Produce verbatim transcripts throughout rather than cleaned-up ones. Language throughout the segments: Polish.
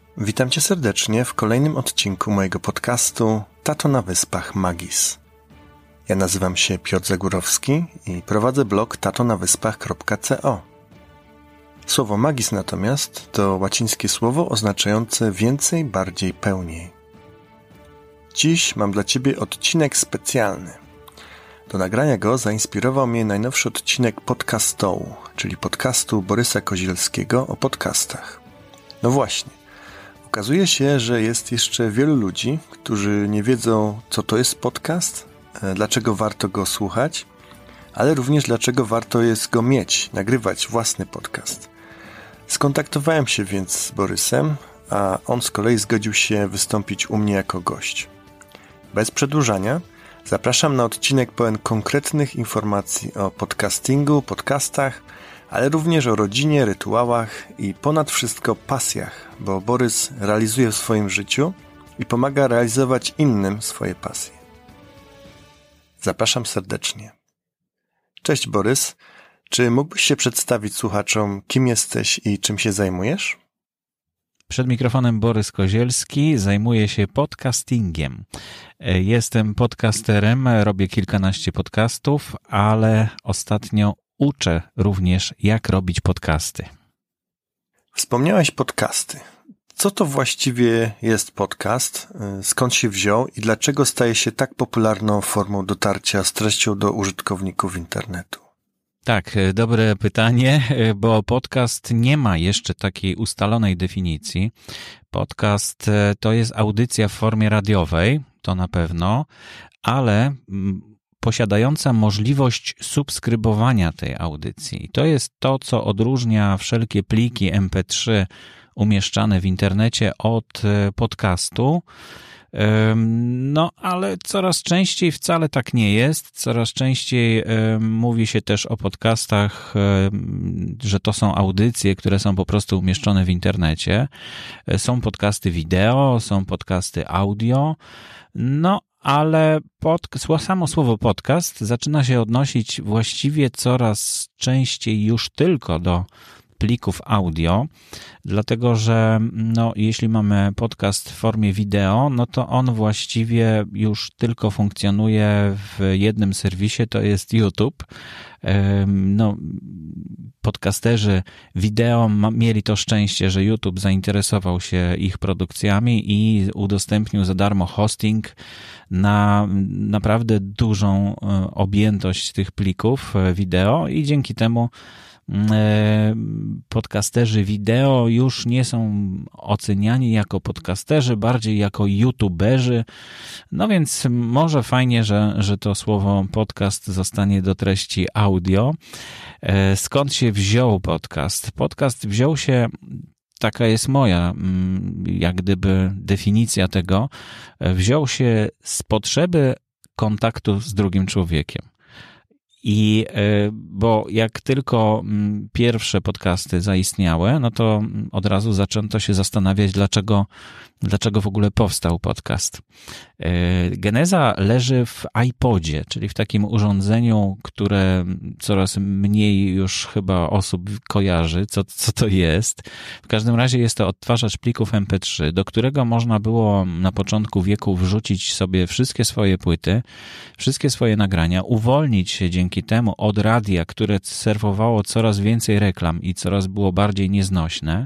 Witam Cię serdecznie w kolejnym odcinku mojego podcastu Tato na Wyspach Magis. Ja nazywam się Piotr Zagórowski i prowadzę blog tato na wyspach kropka co. Słowo magis natomiast to łacińskie słowo oznaczające więcej, bardziej, pełniej. Dziś mam dla Ciebie odcinek specjalny. Do nagrania go zainspirował mnie najnowszy odcinek podcastołu, czyli podcastu Borysa Kozielskiego o podcastach. No właśnie. Okazuje się, że jest jeszcze wielu ludzi, którzy nie wiedzą, co to jest podcast, dlaczego warto go słuchać, ale również dlaczego warto jest go mieć, nagrywać własny podcast. Skontaktowałem się więc z Borysem, a on z kolei zgodził się wystąpić u mnie jako gość. Bez przedłużania zapraszam na odcinek pełen konkretnych informacji o podcastingu, podcastach, ale również o rodzinie, rytuałach i ponad wszystko pasjach, bo Borys realizuje w swoim życiu i pomaga realizować innym swoje pasje. Zapraszam serdecznie. Cześć Borys, czy mógłbyś się przedstawić słuchaczom, kim jesteś i czym się zajmujesz? Przed mikrofonem Borys Kozielski, zajmuję się podcastingiem. Jestem podcasterem, robię kilkanaście podcastów, ale ostatnio uczę również, jak robić podcasty. Wspomniałeś podcasty. Co to właściwie jest podcast? Skąd się wziął i dlaczego staje się tak popularną formą dotarcia z treścią do użytkowników internetu? Tak, dobre pytanie, bo podcast nie ma jeszcze takiej ustalonej definicji. Podcast to jest audycja w formie radiowej, to na pewno, ale posiadająca możliwość subskrybowania tej audycji. To jest to, co odróżnia wszelkie pliki em pe trzy umieszczane w internecie od podcastu. No, ale coraz częściej wcale tak nie jest. Coraz częściej mówi się też o podcastach, że to są audycje, które są po prostu umieszczone w internecie. Są podcasty wideo, są podcasty audio. No, ale pod, samo słowo podcast zaczyna się odnosić właściwie coraz częściej już tylko do plików audio, dlatego że no, jeśli mamy podcast w formie wideo, no to on właściwie już tylko funkcjonuje w jednym serwisie, to jest YouTube. No, podcasterzy wideo mieli to szczęście, że YouTube zainteresował się ich produkcjami i udostępnił za darmo hosting na naprawdę dużą objętość tych plików wideo i dzięki temu podcasterzy wideo już nie są oceniani jako podcasterzy, bardziej jako youtuberzy. No więc może fajnie, że, że to słowo podcast zostanie do treści audio. Skąd się wziął podcast? Podcast wziął się, taka jest moja jak gdyby definicja tego, wziął się z potrzeby kontaktu z drugim człowiekiem. I bo jak tylko pierwsze podcasty zaistniały, no to od razu zaczęto się zastanawiać, dlaczego, dlaczego w ogóle powstał podcast. Geneza leży w iPodzie, czyli w takim urządzeniu, które coraz mniej już chyba osób kojarzy, co, co to jest. W każdym razie jest to odtwarzacz plików em pe trzy, do którego można było na początku wieku wrzucić sobie wszystkie swoje płyty, wszystkie swoje nagrania, uwolnić się dzięki temu od radia, które serwowało coraz więcej reklam i coraz było bardziej nieznośne,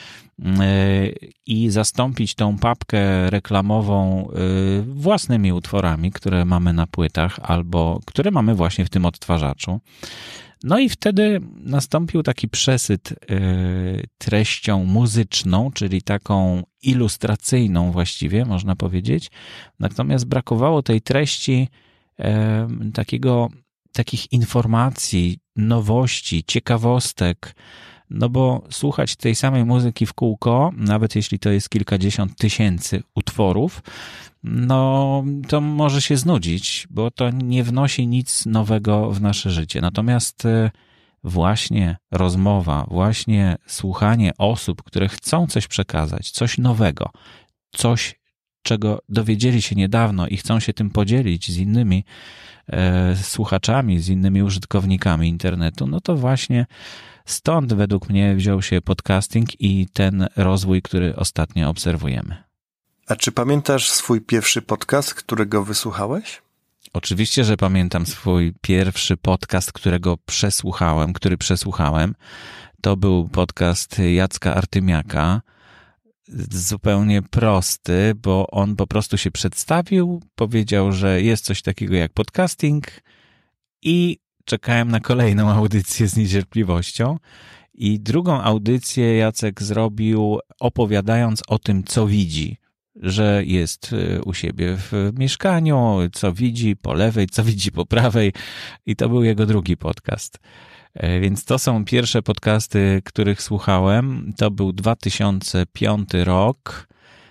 i zastąpić tą papkę reklamową własnymi utworami, które mamy na płytach albo które mamy właśnie w tym odtwarzaczu. No i wtedy nastąpił taki przesyt treścią muzyczną, czyli taką ilustracyjną właściwie, można powiedzieć. Natomiast brakowało tej treści takiego, takich informacji, nowości, ciekawostek, no bo słuchać tej samej muzyki w kółko, nawet jeśli to jest kilkadziesiąt tysięcy utworów, no to może się znudzić, bo to nie wnosi nic nowego w nasze życie. Natomiast właśnie rozmowa, właśnie słuchanie osób, które chcą coś przekazać, coś nowego, coś, czego dowiedzieli się niedawno i chcą się tym podzielić z innymi e, słuchaczami, z innymi użytkownikami internetu, no to właśnie Stąd według mnie wziął się podcasting i ten rozwój, który ostatnio obserwujemy. A czy pamiętasz swój pierwszy podcast, którego wysłuchałeś? Oczywiście, że pamiętam swój pierwszy podcast, którego przesłuchałem, który przesłuchałem. To był podcast Jacka Artymiaka. Zupełnie prosty, bo on po prostu się przedstawił, powiedział, że jest coś takiego jak podcasting i czekałem na kolejną audycję z niecierpliwością. I drugą audycję Jacek zrobił, opowiadając o tym, co widzi, że jest u siebie w mieszkaniu, co widzi po lewej, co widzi po prawej, i to był jego drugi podcast. Więc to są pierwsze podcasty, których słuchałem. To był dwa tysiące piąty rok.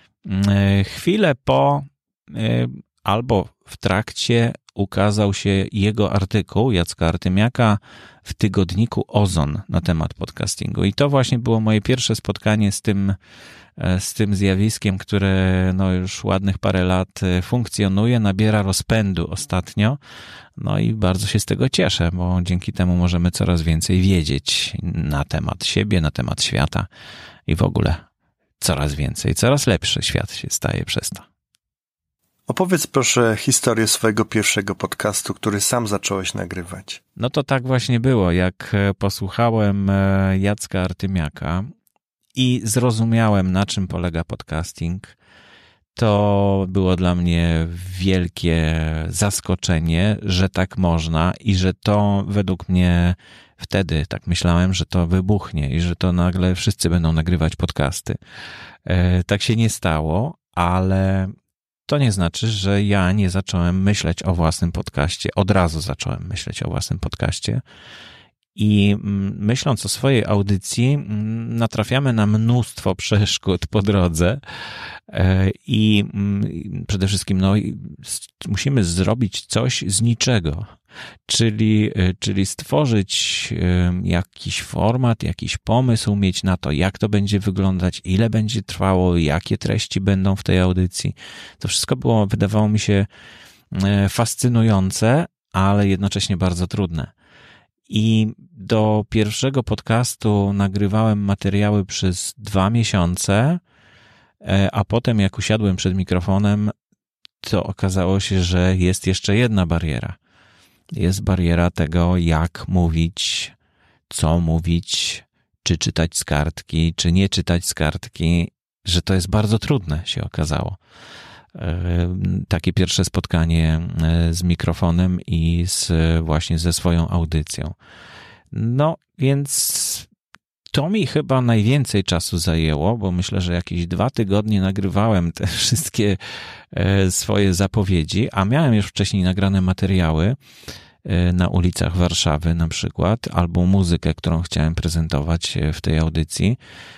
Chwilę po albo w trakcie ukazał się jego artykuł, Jacka Artymiaka, w tygodniku Ozon na temat podcastingu. I to właśnie było moje pierwsze spotkanie z tym, z tym zjawiskiem, które no już ładnych parę lat funkcjonuje, nabiera rozpędu ostatnio. No i bardzo się z tego cieszę, bo dzięki temu możemy coraz więcej wiedzieć na temat siebie, na temat świata i w ogóle coraz więcej, coraz lepszy świat się staje przez to. Opowiedz proszę historię swojego pierwszego podcastu, który sam zacząłeś nagrywać. No to tak właśnie było, jak posłuchałem Jacka Artymiaka i zrozumiałem, na czym polega podcasting. To było dla mnie wielkie zaskoczenie, że tak można i że to według mnie wtedy tak myślałem, że to wybuchnie i że to nagle wszyscy będą nagrywać podcasty. Tak się nie stało, ale to nie znaczy, że ja nie zacząłem myśleć o własnym podcaście. Od razu zacząłem myśleć o własnym podcaście. I myśląc o swojej audycji, natrafiamy na mnóstwo przeszkód po drodze i przede wszystkim no, musimy zrobić coś z niczego, czyli, czyli stworzyć jakiś format, jakiś pomysł, mieć na to, jak to będzie wyglądać, ile będzie trwało, jakie treści będą w tej audycji. To wszystko było, wydawało mi się, fascynujące, ale jednocześnie bardzo trudne. I do pierwszego podcastu nagrywałem materiały przez dwa miesiące, a potem jak usiadłem przed mikrofonem, to okazało się, że jest jeszcze jedna bariera. Jest bariera tego, jak mówić, co mówić, czy czytać z kartki, czy nie czytać z kartki, że to jest bardzo trudne, się okazało. Takie pierwsze spotkanie z mikrofonem i z, właśnie ze swoją audycją. No więc to mi chyba najwięcej czasu zajęło, bo myślę, że jakieś dwa tygodnie nagrywałem te wszystkie swoje zapowiedzi, a miałem już wcześniej nagrane materiały na ulicach Warszawy na przykład, albo muzykę, którą chciałem prezentować w tej audycji.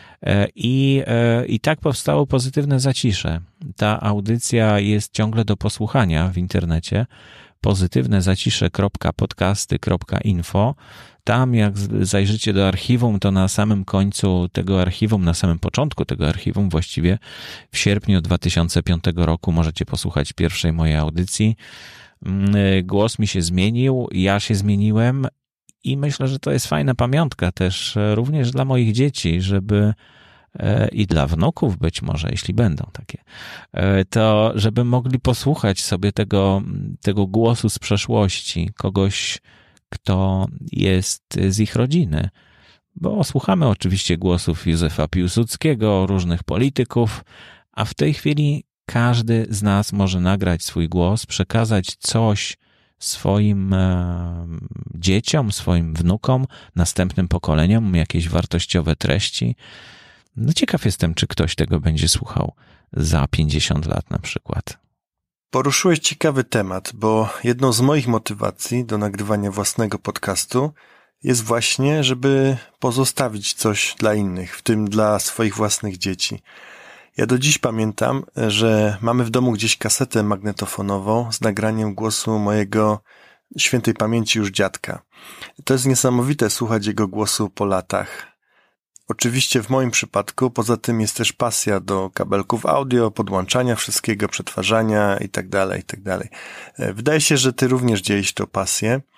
I, I tak powstało Pozytywne Zacisze. Ta audycja jest ciągle do posłuchania w internecie. pozytywne zacisze kropka podcasty kropka info. Tam jak zajrzycie do archiwum, to na samym końcu tego archiwum, na samym początku tego archiwum właściwie w sierpniu dwa tysiące piątego roku możecie posłuchać pierwszej mojej audycji. Głos mi się zmienił, ja się zmieniłem. I myślę, że to jest fajna pamiątka też również dla moich dzieci, żeby i dla wnuków być może, jeśli będą takie, to żeby mogli posłuchać sobie tego, tego głosu z przeszłości, kogoś, kto jest z ich rodziny. Bo słuchamy oczywiście głosów Józefa Piłsudskiego, różnych polityków, a w tej chwili każdy z nas może nagrać swój głos, przekazać coś swoim e, dzieciom, swoim wnukom, następnym pokoleniom, jakieś wartościowe treści. No ciekaw jestem, czy ktoś tego będzie słuchał za pięćdziesiąt lat na przykład. Poruszyłeś ciekawy temat, bo jedną z moich motywacji do nagrywania własnego podcastu jest właśnie, żeby pozostawić coś dla innych, w tym dla swoich własnych dzieci. Ja do dziś pamiętam, że mamy w domu gdzieś kasetę magnetofonową z nagraniem głosu mojego świętej pamięci już dziadka. To jest niesamowite słuchać jego głosu po latach. Oczywiście w moim przypadku poza tym jest też pasja do kabelków audio, podłączania wszystkiego, przetwarzania itd., itd. Wydaje się, że ty również dzielisz tę pasję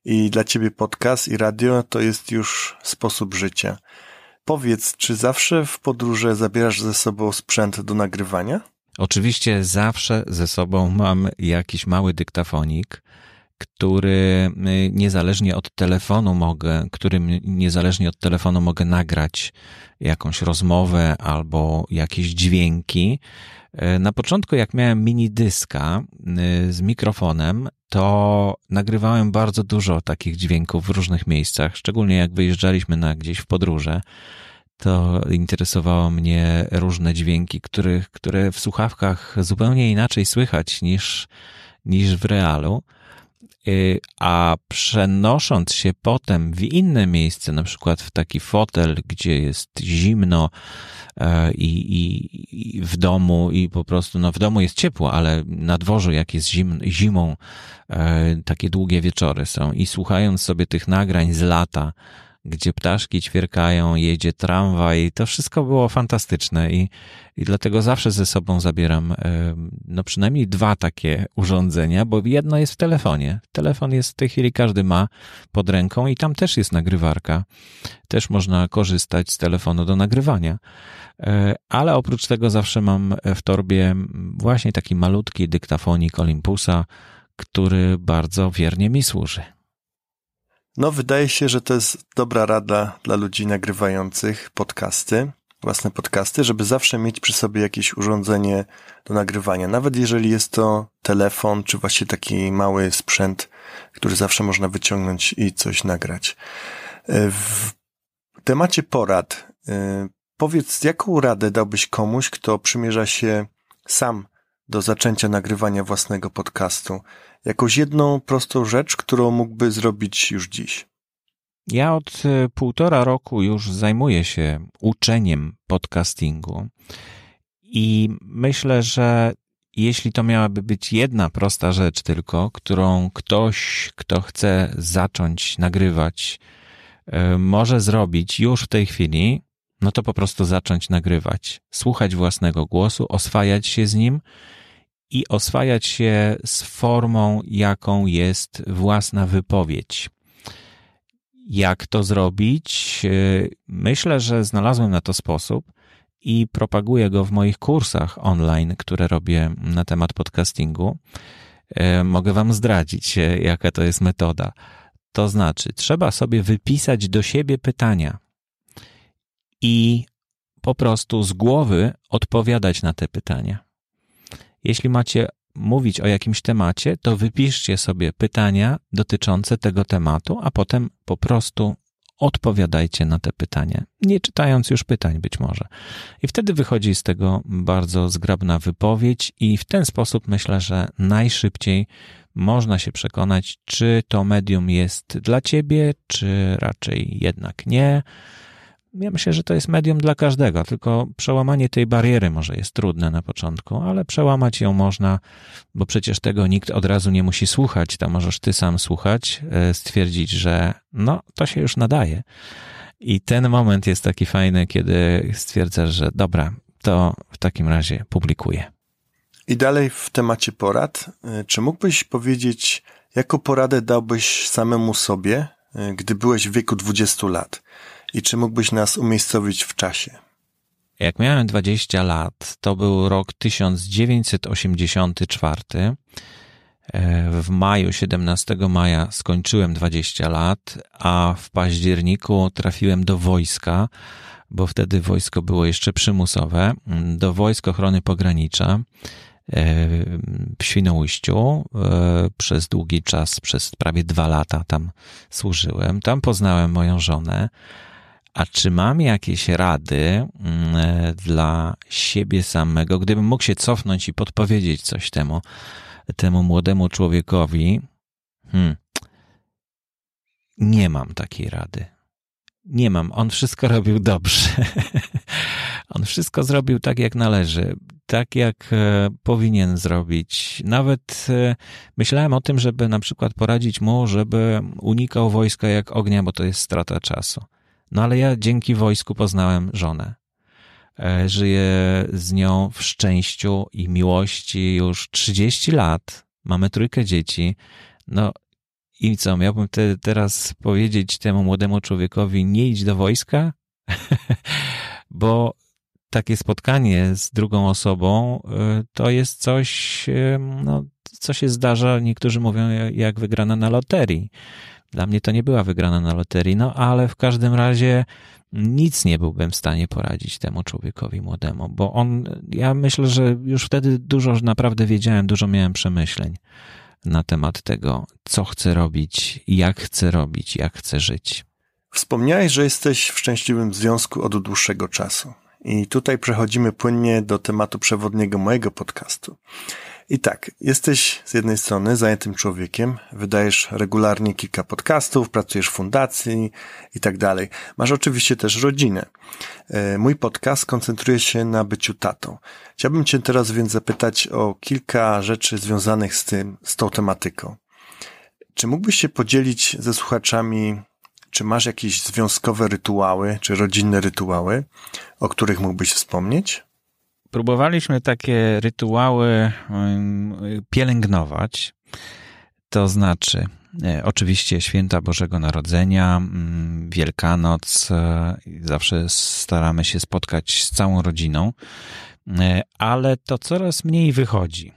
i dla ciebie podcast i radio to jest już sposób życia. Powiedz, czy zawsze w podróży zabierasz ze sobą sprzęt do nagrywania? Oczywiście zawsze ze sobą mam jakiś mały dyktafonik, który niezależnie od telefonu mogę, którym niezależnie od telefonu mogę nagrać jakąś rozmowę albo jakieś dźwięki. Na początku, jak miałem mini dyska z mikrofonem, to nagrywałem bardzo dużo takich dźwięków w różnych miejscach, szczególnie jak wyjeżdżaliśmy na gdzieś w podróże. To interesowało mnie różne dźwięki, których, które w słuchawkach zupełnie inaczej słychać niż, niż w realu. A przenosząc się potem w inne miejsce, na przykład w taki fotel, gdzie jest zimno i, i, i w domu i po prostu, no w domu jest ciepło, ale na dworzu jak jest zim, zimą, takie długie wieczory są i słuchając sobie tych nagrań z lata, gdzie ptaszki ćwierkają, jedzie tramwaj, to wszystko było fantastyczne i, i dlatego zawsze ze sobą zabieram no przynajmniej dwa takie urządzenia, bo jedno jest w telefonie. Telefon jest w tej chwili, każdy ma pod ręką i tam też jest nagrywarka. Też można korzystać z telefonu do nagrywania. Ale oprócz tego zawsze mam w torbie właśnie taki malutki dyktafonik Olympusa, który bardzo wiernie mi służy. No, wydaje się, że to jest dobra rada dla ludzi nagrywających podcasty, własne podcasty, żeby zawsze mieć przy sobie jakieś urządzenie do nagrywania. Nawet jeżeli jest to telefon, czy właśnie taki mały sprzęt, który zawsze można wyciągnąć i coś nagrać. W temacie porad, powiedz, jaką radę dałbyś komuś, kto przymierza się sam do zaczęcia nagrywania własnego podcastu? Jakąś jedną prostą rzecz, którą mógłby zrobić już dziś? Ja od półtora roku już zajmuję się uczeniem podcastingu i myślę, że jeśli to miałaby być jedna prosta rzecz tylko, którą ktoś, kto chce zacząć nagrywać, może zrobić już w tej chwili, no to po prostu zacząć nagrywać, słuchać własnego głosu, oswajać się z nim i oswajać się z formą, jaką jest własna wypowiedź. Jak to zrobić? Myślę, że znalazłem na to sposób i propaguję go w moich kursach online, które robię na temat podcastingu. Mogę wam zdradzić, jaka to jest metoda. To znaczy, trzeba sobie wypisać do siebie pytania i po prostu z głowy odpowiadać na te pytania. Jeśli macie mówić o jakimś temacie, to wypiszcie sobie pytania dotyczące tego tematu, a potem po prostu odpowiadajcie na te pytania, nie czytając już pytań być może. I wtedy wychodzi z tego bardzo zgrabna wypowiedź i w ten sposób myślę, że najszybciej można się przekonać, czy to medium jest dla ciebie, czy raczej jednak nie. Ja myślę, że to jest medium dla każdego, tylko przełamanie tej bariery może jest trudne na początku, ale przełamać ją można, bo przecież tego nikt od razu nie musi słuchać, to możesz ty sam słuchać, stwierdzić, że no, to się już nadaje. I ten moment jest taki fajny, kiedy stwierdzasz, że dobra, to w takim razie publikuję. I dalej w temacie porad, czy mógłbyś powiedzieć, jaką poradę dałbyś samemu sobie, gdy byłeś w wieku dwudziestu lat? I czy mógłbyś nas umiejscowić w czasie? Jak miałem dwadzieścia lat, to był rok tysiąc dziewięćset osiemdziesiąty czwarty. W maju, siedemnastego maja skończyłem dwadzieścia lat, a w październiku trafiłem do wojska, bo wtedy wojsko było jeszcze przymusowe, do Wojsk Ochrony Pogranicza w Świnoujściu. Przez długi czas, przez prawie dwa lata tam służyłem. Tam poznałem moją żonę. A czy mam jakieś rady dla siebie samego, gdybym mógł się cofnąć i podpowiedzieć coś temu, temu młodemu człowiekowi? Hmm. Nie mam takiej rady. Nie mam. On wszystko robił dobrze. On wszystko zrobił tak, jak należy. Tak, jak powinien zrobić. Nawet myślałem o tym, żeby na przykład poradzić mu, żeby unikał wojska jak ognia, bo to jest strata czasu. No ale ja dzięki wojsku poznałem żonę. Żyję z nią w szczęściu i miłości już trzydzieści lat. Mamy trójkę dzieci. No I co, miałbym te, teraz powiedzieć temu młodemu człowiekowi, nie idź do wojska? Bo takie spotkanie z drugą osobą to jest coś, no, co się zdarza, niektórzy mówią, jak wygrana na loterii. Dla mnie to nie była wygrana na loterii, no ale w każdym razie nic nie byłbym w stanie poradzić temu człowiekowi młodemu, bo on, ja myślę, że już wtedy dużo naprawdę wiedziałem, dużo miałem przemyśleń na temat tego, co chcę robić, jak chcę robić, jak chcę żyć. Wspomniałeś, że jesteś w szczęśliwym związku od dłuższego czasu. I tutaj przechodzimy płynnie do tematu przewodniego mojego podcastu. I tak, jesteś z jednej strony zajętym człowiekiem, wydajesz regularnie kilka podcastów, pracujesz w fundacji i tak dalej. Masz oczywiście też rodzinę. Mój podcast koncentruje się na byciu tatą. Chciałbym Cię teraz więc zapytać o kilka rzeczy związanych z tym, z tą tematyką. Czy mógłbyś się podzielić ze słuchaczami, czy masz jakieś związkowe rytuały, czy rodzinne rytuały, o których mógłbyś wspomnieć? Próbowaliśmy takie rytuały pielęgnować, to znaczy oczywiście święta Bożego Narodzenia, Wielkanoc, zawsze staramy się spotkać z całą rodziną, ale to coraz mniej wychodzi.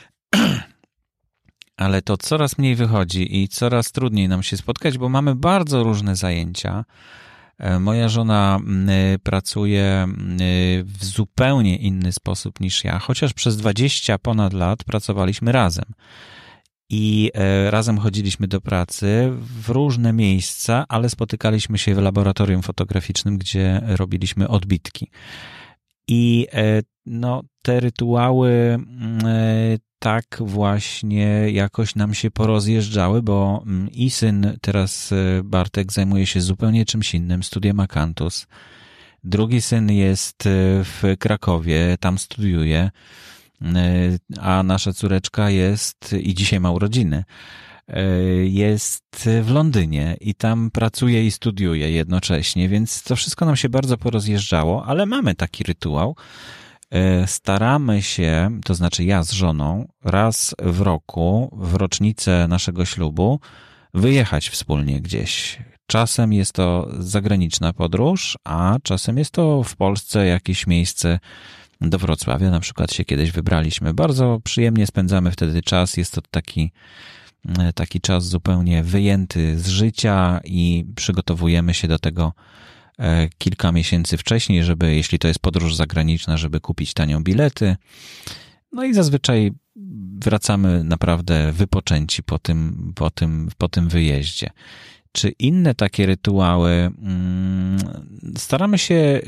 Ale to coraz mniej wychodzi i coraz trudniej nam się spotkać, bo mamy bardzo różne zajęcia. Moja żona pracuje w zupełnie inny sposób niż ja, chociaż przez dwadzieścia ponad lat pracowaliśmy razem. I razem chodziliśmy do pracy w różne miejsca, ale spotykaliśmy się w laboratorium fotograficznym, gdzie robiliśmy odbitki. I no, te rytuały tak właśnie jakoś nam się porozjeżdżały, bo i syn, teraz Bartek, zajmuje się zupełnie czymś innym, studiem Akantus. Drugi syn jest w Krakowie, tam studiuje, a nasza córeczka jest, i dzisiaj ma urodziny, jest w Londynie i tam pracuje i studiuje jednocześnie, więc to wszystko nam się bardzo porozjeżdżało, ale mamy taki rytuał. Staramy się, to znaczy ja z żoną, raz w roku, w rocznicę naszego ślubu, wyjechać wspólnie gdzieś. Czasem jest to zagraniczna podróż, a czasem jest to w Polsce jakieś miejsce. Do Wrocławia na przykład się kiedyś wybraliśmy. Bardzo przyjemnie spędzamy wtedy czas. Jest to taki, taki czas zupełnie wyjęty z życia i przygotowujemy się do tego kilka miesięcy wcześniej, żeby, jeśli to jest podróż zagraniczna, żeby kupić tanią bilety. No i zazwyczaj wracamy naprawdę wypoczęci po tym, po tym, po tym wyjeździe. Czy inne takie rytuały? Staramy się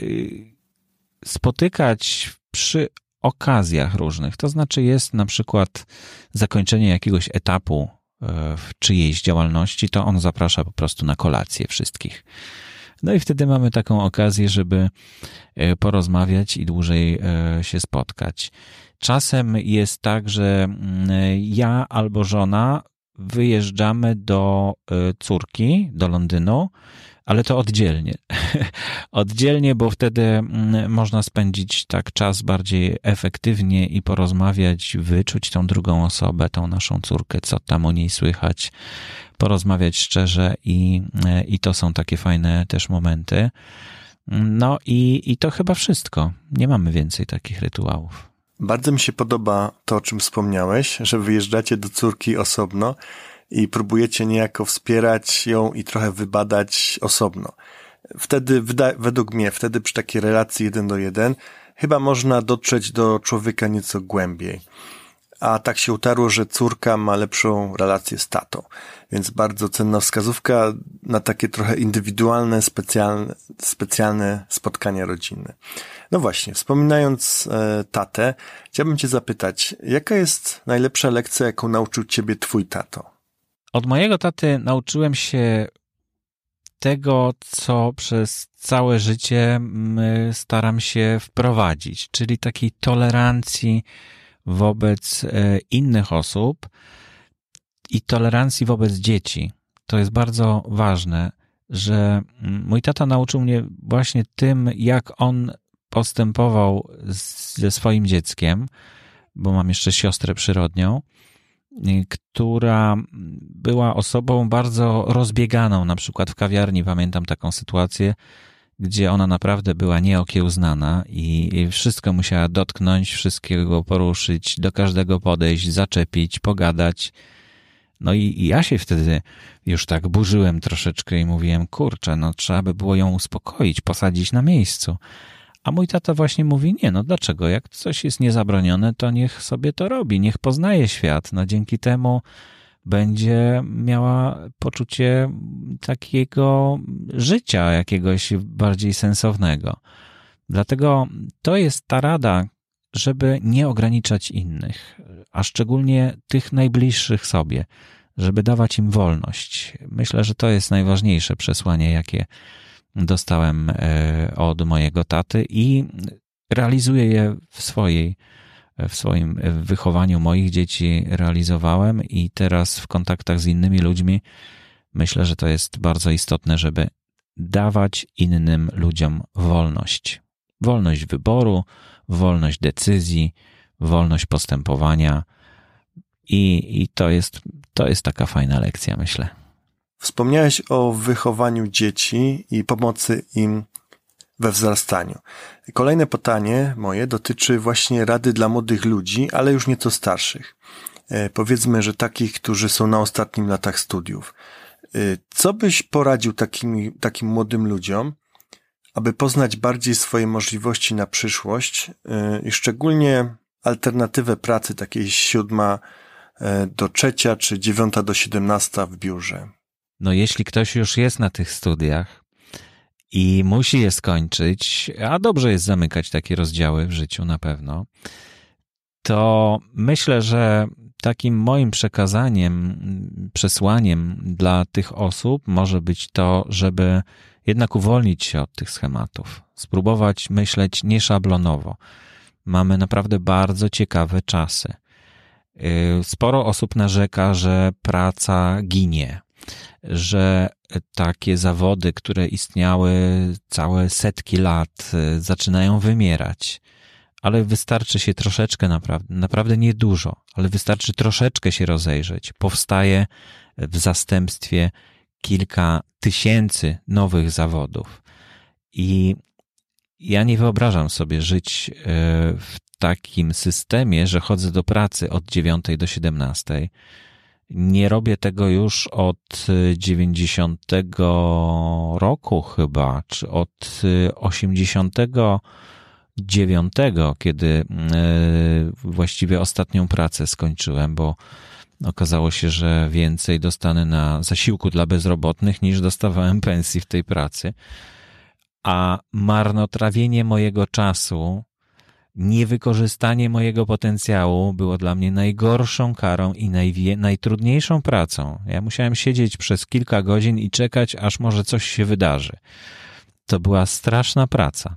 spotykać przy okazjach różnych. To znaczy jest na przykład zakończenie jakiegoś etapu w czyjejś działalności, to on zaprasza po prostu na kolację wszystkich. No i wtedy mamy taką okazję, żeby porozmawiać i dłużej się spotkać. Czasem jest tak, że ja albo żona wyjeżdżamy do córki, do Londynu, ale to oddzielnie. Oddzielnie, bo wtedy można spędzić tak czas bardziej efektywnie i porozmawiać, wyczuć tą drugą osobę, tą naszą córkę, co tam o niej słychać, porozmawiać szczerze i, i to są takie fajne też momenty. No i, i to chyba wszystko. Nie mamy więcej takich rytuałów. Bardzo mi się podoba to, o czym wspomniałeś, że wyjeżdżacie do córki osobno i próbujecie niejako wspierać ją i trochę wybadać osobno. Wtedy, według mnie, wtedy przy takiej relacji jeden do jeden chyba można dotrzeć do człowieka nieco głębiej. A tak się utarło, że córka ma lepszą relację z tatą. Więc bardzo cenna wskazówka na takie trochę indywidualne, specjalne, specjalne spotkania rodzinne. No właśnie, wspominając e, tatę, chciałbym cię zapytać, jaka jest najlepsza lekcja, jaką nauczył ciebie twój tato? Od mojego taty nauczyłem się tego, co przez całe życie staram się wprowadzić, czyli takiej tolerancji wobec innych osób i tolerancji wobec dzieci. To jest bardzo ważne, że mój tata nauczył mnie właśnie tym, jak on postępował ze swoim dzieckiem, bo mam jeszcze siostrę przyrodnią, która była osobą bardzo rozbieganą. Na przykład w kawiarni pamiętam taką sytuację, gdzie ona naprawdę była nieokiełznana i wszystko musiała dotknąć, wszystkiego poruszyć, do każdego podejść, zaczepić, pogadać. No i, i ja się wtedy już tak burzyłem troszeczkę i mówiłem, kurczę, no trzeba by było ją uspokoić, posadzić na miejscu. A mój tata właśnie mówi, nie, no dlaczego? Jak coś jest niezabronione, to niech sobie to robi, niech poznaje świat. No dzięki temu będzie miała poczucie takiego życia, jakiegoś bardziej sensownego. Dlatego to jest ta rada, żeby nie ograniczać innych, a szczególnie tych najbliższych sobie, żeby dawać im wolność. Myślę, że to jest najważniejsze przesłanie, jakie dostałem od mojego taty i realizuję je w swojej, w swoim wychowaniu moich dzieci, realizowałem i teraz w kontaktach z innymi ludźmi myślę, że to jest bardzo istotne, żeby dawać innym ludziom wolność. Wolność wyboru, wolność decyzji, wolność postępowania i, i to jest, to jest taka fajna lekcja, myślę. Wspomniałeś o wychowaniu dzieci i pomocy im we wzrastaniu. Kolejne pytanie moje dotyczy właśnie rady dla młodych ludzi, ale już nieco starszych. E, powiedzmy, że takich, którzy są na ostatnim latach studiów. E, co byś poradził takim, takim młodym ludziom, aby poznać bardziej swoje możliwości na przyszłość e, i szczególnie alternatywę pracy takiej siódma e, do trzecia czy dziewiąta do siedemnasta w biurze? No jeśli ktoś już jest na tych studiach i musi je skończyć, a dobrze jest zamykać takie rozdziały w życiu na pewno, to myślę, że takim moim przekazaniem, przesłaniem dla tych osób może być to, żeby jednak uwolnić się od tych schematów, spróbować myśleć nieszablonowo. Mamy naprawdę bardzo ciekawe czasy. Sporo osób narzeka, że praca ginie, że takie zawody, które istniały całe setki lat, zaczynają wymierać. Ale wystarczy się troszeczkę, naprawdę, naprawdę niedużo, ale wystarczy troszeczkę się rozejrzeć. Powstaje w zastępstwie kilka tysięcy nowych zawodów. I ja nie wyobrażam sobie żyć w takim systemie, że chodzę do pracy od dziewiątej do siedemnastej. Nie robię tego już od dziewięćdziesiątego roku chyba, czy od osiemdziesiątego dziewiątego, kiedy właściwie ostatnią pracę skończyłem, bo okazało się, że więcej dostanę na zasiłku dla bezrobotnych niż dostawałem pensji w tej pracy. A marnotrawienie mojego czasu, niewykorzystanie mojego potencjału było dla mnie najgorszą karą i najwie, najtrudniejszą pracą. Ja musiałem siedzieć przez kilka godzin i czekać, aż może coś się wydarzy. To była straszna praca.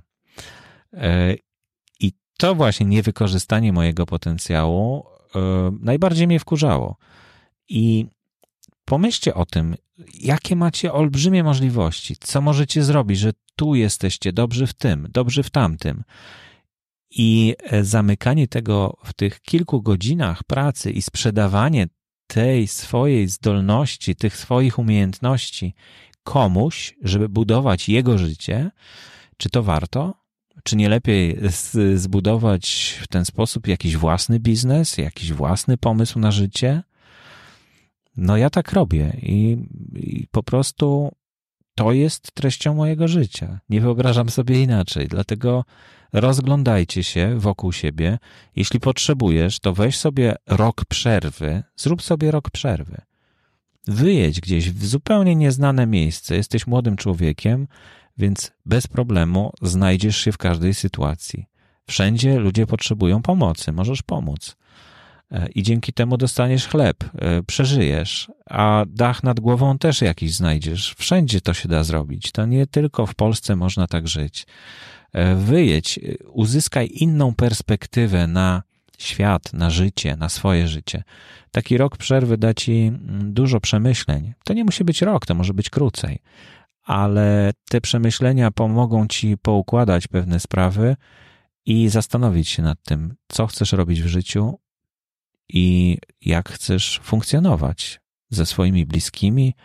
I to właśnie niewykorzystanie mojego potencjału najbardziej mnie wkurzało. I pomyślcie o tym, jakie macie olbrzymie możliwości, co możecie zrobić, że tu jesteście dobrzy w tym, dobrzy w tamtym. I zamykanie tego w tych kilku godzinach pracy i sprzedawanie tej swojej zdolności, tych swoich umiejętności komuś, żeby budować jego życie, czy to warto? Czy nie lepiej zbudować w ten sposób jakiś własny biznes, jakiś własny pomysł na życie? No ja tak robię i, i po prostu to jest treścią mojego życia. Nie wyobrażam sobie inaczej, dlatego rozglądajcie się wokół siebie. Jeśli potrzebujesz, to weź sobie rok przerwy, zrób sobie rok przerwy. Wyjedź gdzieś w zupełnie nieznane miejsce, jesteś młodym człowiekiem, więc bez problemu znajdziesz się w każdej sytuacji. Wszędzie ludzie potrzebują pomocy, możesz pomóc. I dzięki temu dostaniesz chleb, przeżyjesz, a dach nad głową też jakiś znajdziesz. Wszędzie to się da zrobić. To nie tylko w Polsce można tak żyć. Wyjedź, uzyskaj inną perspektywę na świat, na życie, na swoje życie. Taki rok przerwy da ci dużo przemyśleń. To nie musi być rok, to może być krócej. Ale te przemyślenia pomogą ci poukładać pewne sprawy i zastanowić się nad tym, co chcesz robić w życiu i jak chcesz funkcjonować ze swoimi bliskimi,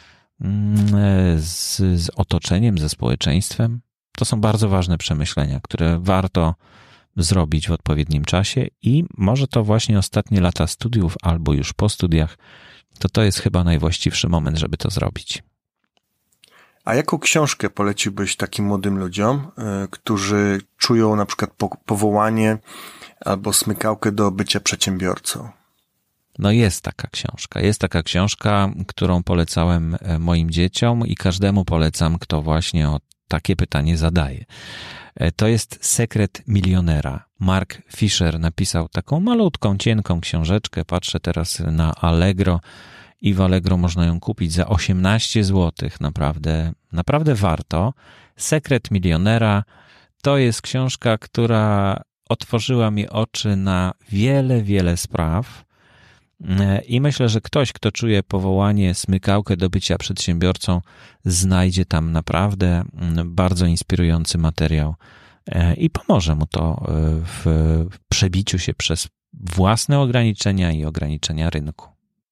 z, z otoczeniem, ze społeczeństwem. To są bardzo ważne przemyślenia, które warto zrobić w odpowiednim czasie i może to właśnie ostatnie lata studiów albo już po studiach, to to jest chyba najwłaściwszy moment, żeby to zrobić. A jaką książkę poleciłbyś takim młodym ludziom, y, którzy czują na przykład po, powołanie albo smykałkę do bycia przedsiębiorcą? No jest taka książka. Jest taka książka, którą polecałem moim dzieciom i każdemu polecam, kto właśnie o takie pytanie zadaje. To jest Sekret milionera. Mark Fisher napisał taką malutką, cienką książeczkę. Patrzę teraz na Allegro i w Allegro można ją kupić za osiemnaście złotych. Naprawdę, naprawdę warto. Sekret milionera to jest książka, która otworzyła mi oczy na wiele, wiele spraw. I myślę, że ktoś, kto czuje powołanie, smykałkę do bycia przedsiębiorcą, znajdzie tam naprawdę bardzo inspirujący materiał i pomoże mu to w przebiciu się przez własne ograniczenia i ograniczenia rynku.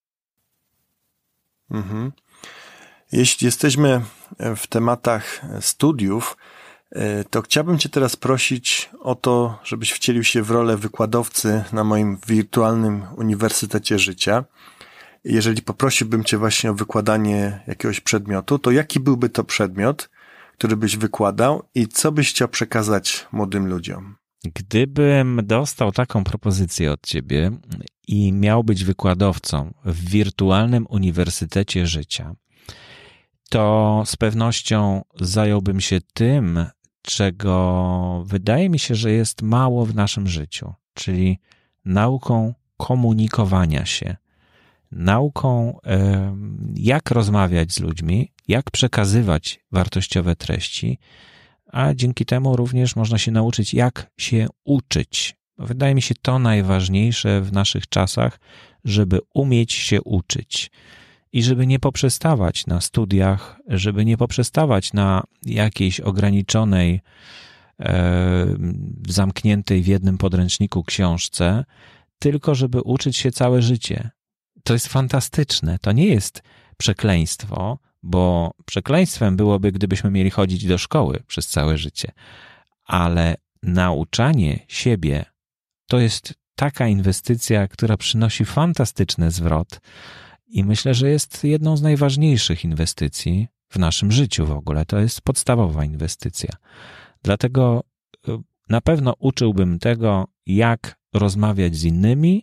Mhm. Jeśli jesteśmy w tematach studiów, to chciałbym Cię teraz prosić o to, żebyś wcielił się w rolę wykładowcy na moim wirtualnym Uniwersytecie Życia. Jeżeli poprosiłbym Cię właśnie o wykładanie jakiegoś przedmiotu, to jaki byłby to przedmiot, który byś wykładał i co byś chciał przekazać młodym ludziom? Gdybym dostał taką propozycję od Ciebie i miał być wykładowcą w wirtualnym Uniwersytecie Życia, to z pewnością zająłbym się tym, czego wydaje mi się, że jest mało w naszym życiu, czyli nauką komunikowania się, nauką jak rozmawiać z ludźmi, jak przekazywać wartościowe treści, a dzięki temu również można się nauczyć, jak się uczyć. Wydaje mi się to najważniejsze w naszych czasach, żeby umieć się uczyć. I żeby nie poprzestawać na studiach, żeby nie poprzestawać na jakiejś ograniczonej, e, zamkniętej w jednym podręczniku książce, tylko żeby uczyć się całe życie. To jest fantastyczne. To nie jest przekleństwo, bo przekleństwem byłoby, gdybyśmy mieli chodzić do szkoły przez całe życie. Ale nauczanie siebie to jest taka inwestycja, która przynosi fantastyczny zwrot. I myślę, że jest jedną z najważniejszych inwestycji w naszym życiu w ogóle. To jest podstawowa inwestycja. Dlatego na pewno uczyłbym tego, jak rozmawiać z innymi,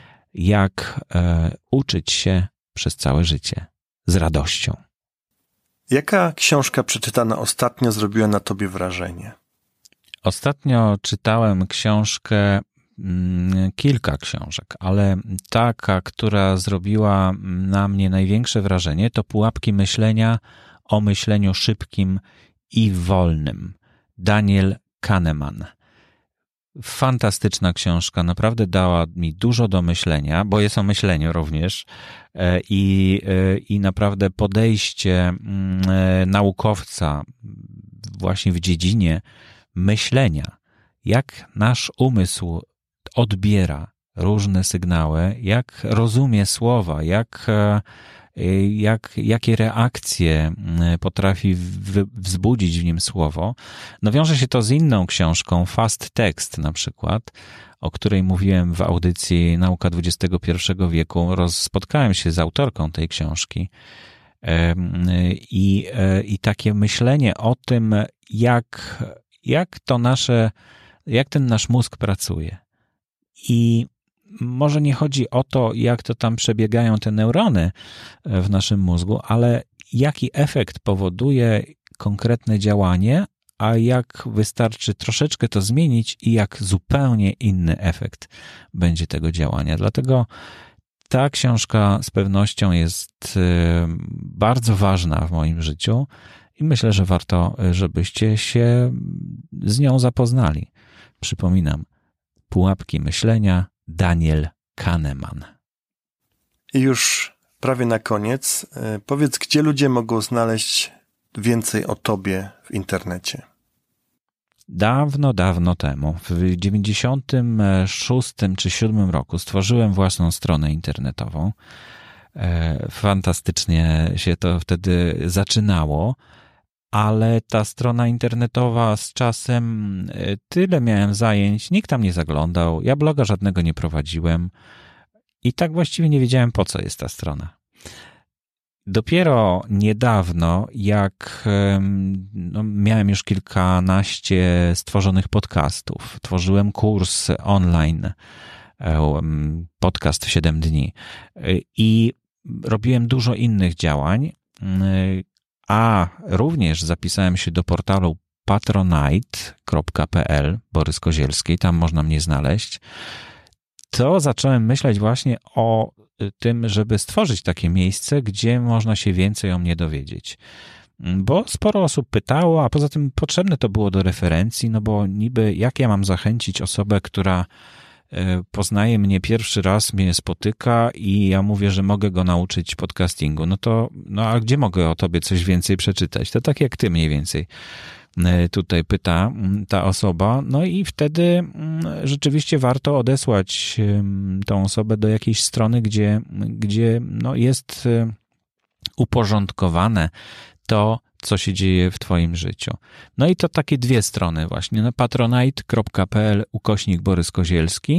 jak e, uczyć się przez całe życie z radością. Jaka książka przeczytana ostatnio zrobiła na tobie wrażenie? Ostatnio czytałem książkę, kilka książek, ale taka, która zrobiła na mnie największe wrażenie, to Pułapki myślenia o myśleniu szybkim i wolnym. Daniel Kahneman. Fantastyczna książka, naprawdę dała mi dużo do myślenia, bo jest o myśleniu również i, i naprawdę podejście naukowca właśnie w dziedzinie myślenia, jak nasz umysł odbiera różne sygnały, jak rozumie słowa, jak, jak, jakie reakcje potrafi wzbudzić w nim słowo. No wiąże się to z inną książką, Fast Text na przykład, o której mówiłem w audycji Nauka dwudziestego pierwszego wieku. Roz, spotkałem się z autorką tej książki i, i takie myślenie o tym, jak, jak to nasze, jak ten nasz mózg pracuje. I może nie chodzi o to, jak to tam przebiegają te neurony w naszym mózgu, ale jaki efekt powoduje konkretne działanie, a jak wystarczy troszeczkę to zmienić i jak zupełnie inny efekt będzie tego działania. Dlatego ta książka z pewnością jest bardzo ważna w moim życiu i myślę, że warto, żebyście się z nią zapoznali. Przypominam, Pułapki myślenia, Daniel Kahneman. I już prawie na koniec, powiedz, gdzie ludzie mogą znaleźć więcej o tobie w internecie? Dawno, dawno temu, w dziewięćdziesiątym szóstym czy siódmym roku stworzyłem własną stronę internetową. Fantastycznie się to wtedy zaczynało, ale ta strona internetowa z czasem tyle miałem zajęć, nikt tam nie zaglądał, ja bloga żadnego nie prowadziłem i tak właściwie nie wiedziałem, po co jest ta strona. Dopiero niedawno, jak no, miałem już kilkanaście stworzonych podcastów, tworzyłem kurs online, podcast w siedem dni i robiłem dużo innych działań, a również zapisałem się do portalu patronite kropka p l Borys Kozielski, tam można mnie znaleźć, to zacząłem myśleć właśnie o tym, żeby stworzyć takie miejsce, gdzie można się więcej o mnie dowiedzieć. Bo sporo osób pytało, a poza tym potrzebne to było do referencji, no bo niby jak ja mam zachęcić osobę, która poznaje mnie pierwszy raz, mnie spotyka i ja mówię, że mogę go nauczyć podcastingu. No to, no a gdzie mogę o tobie coś więcej przeczytać? To tak jak ty mniej więcej tutaj pyta ta osoba. No i wtedy rzeczywiście warto odesłać tą osobę do jakiejś strony, gdzie, gdzie no jest uporządkowane to, co się dzieje w twoim życiu. No i to takie dwie strony właśnie, no patronite kropka p l ukośnik Borys Kozielski,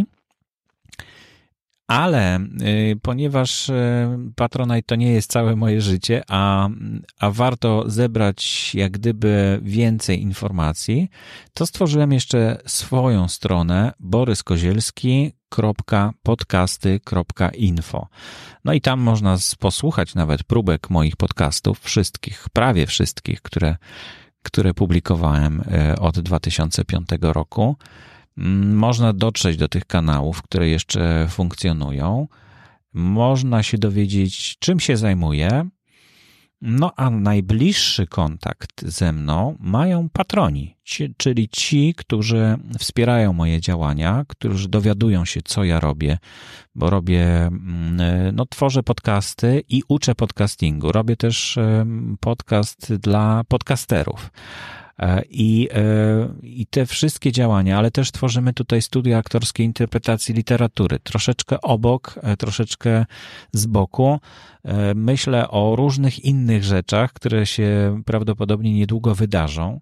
ale y, ponieważ y, Patronite to nie jest całe moje życie, a, a warto zebrać jak gdyby więcej informacji, to stworzyłem jeszcze swoją stronę boryskozielski kropka podcasty kropka info. No i tam można posłuchać nawet próbek moich podcastów, wszystkich, prawie wszystkich, które, które publikowałem od dwa tysiące piątego roku. Można dotrzeć do tych kanałów, które jeszcze funkcjonują. Można się dowiedzieć, czym się zajmuję. No a najbliższy kontakt ze mną mają patroni, ci, czyli ci, którzy wspierają moje działania, którzy dowiadują się, co ja robię, bo robię, no tworzę podcasty i uczę podcastingu. Robię też podcast dla podcasterów. I, I te wszystkie działania, ale też tworzymy tutaj studia aktorskie interpretacji literatury. Troszeczkę obok, troszeczkę z boku. Myślę o różnych innych rzeczach, które się prawdopodobnie niedługo wydarzą.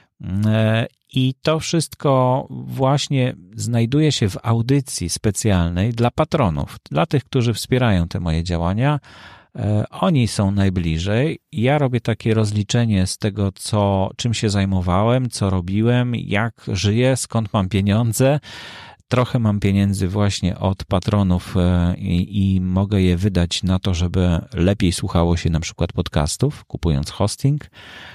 I to wszystko właśnie znajduje się w audycji specjalnej dla patronów, dla tych, którzy wspierają te moje działania. Oni są najbliżej. Ja robię takie rozliczenie z tego, co, czym się zajmowałem, co robiłem, jak żyję, skąd mam pieniądze. Trochę mam pieniędzy właśnie od patronów i, i mogę je wydać na to, żeby lepiej słuchało się na przykład podcastów, kupując hosting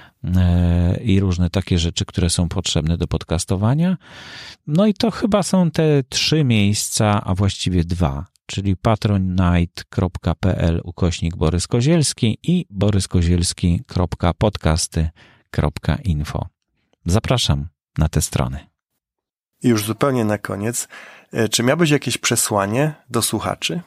i różne takie rzeczy, które są potrzebne do podcastowania. No i to chyba są te trzy miejsca, a właściwie dwa, czyli patronite kropka p l ukośnik Borys Kozielski i boryskozielski kropka podcasty kropka info. Zapraszam na te strony. I już zupełnie na koniec, czy miałbyś jakieś przesłanie do słuchaczy?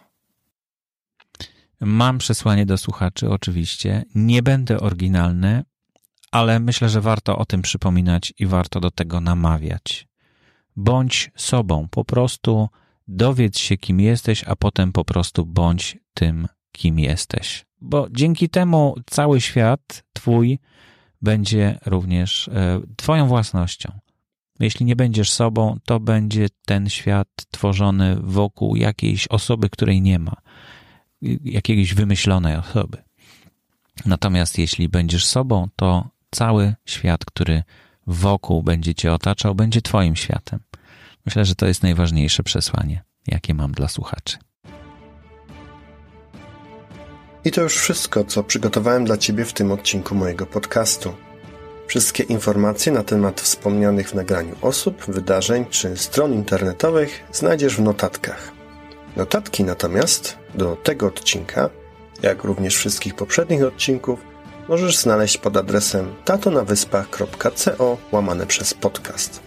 Mam przesłanie do słuchaczy, oczywiście. Nie będę oryginalny, ale myślę, że warto o tym przypominać i warto do tego namawiać. Bądź sobą, po prostu dowiedz się, kim jesteś, a potem po prostu bądź tym, kim jesteś. Bo dzięki temu cały świat twój będzie również e, twoją własnością. Jeśli nie będziesz sobą, to będzie ten świat tworzony wokół jakiejś osoby, której nie ma. Jakiejś wymyślonej osoby. Natomiast jeśli będziesz sobą, to cały świat, który wokół będzie cię otaczał, będzie twoim światem. Myślę, że to jest najważniejsze przesłanie, jakie mam dla słuchaczy. I to już wszystko, co przygotowałem dla ciebie w tym odcinku mojego podcastu. Wszystkie informacje na temat wspomnianych w nagraniu osób, wydarzeń czy stron internetowych znajdziesz w notatkach. Notatki natomiast do tego odcinka, jak również wszystkich poprzednich odcinków, możesz znaleźć pod adresem tatonawyspach kropka co łamane przez podcast.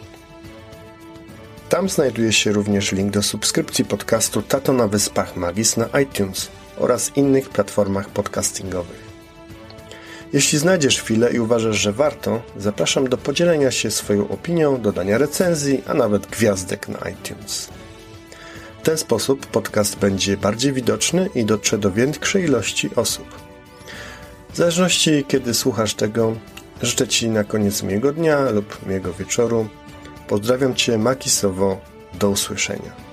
Tam znajduje się również link do subskrypcji podcastu Tato na Wyspach Magis na iTunes oraz innych platformach podcastingowych. Jeśli znajdziesz chwilę i uważasz, że warto, zapraszam do podzielenia się swoją opinią, dodania recenzji, a nawet gwiazdek na iTunes. W ten sposób podcast będzie bardziej widoczny i dotrze do większej ilości osób. W zależności kiedy słuchasz tego, życzę Ci na koniec miłego dnia lub miłego wieczoru. Pozdrawiam Cię magisowo. Do usłyszenia.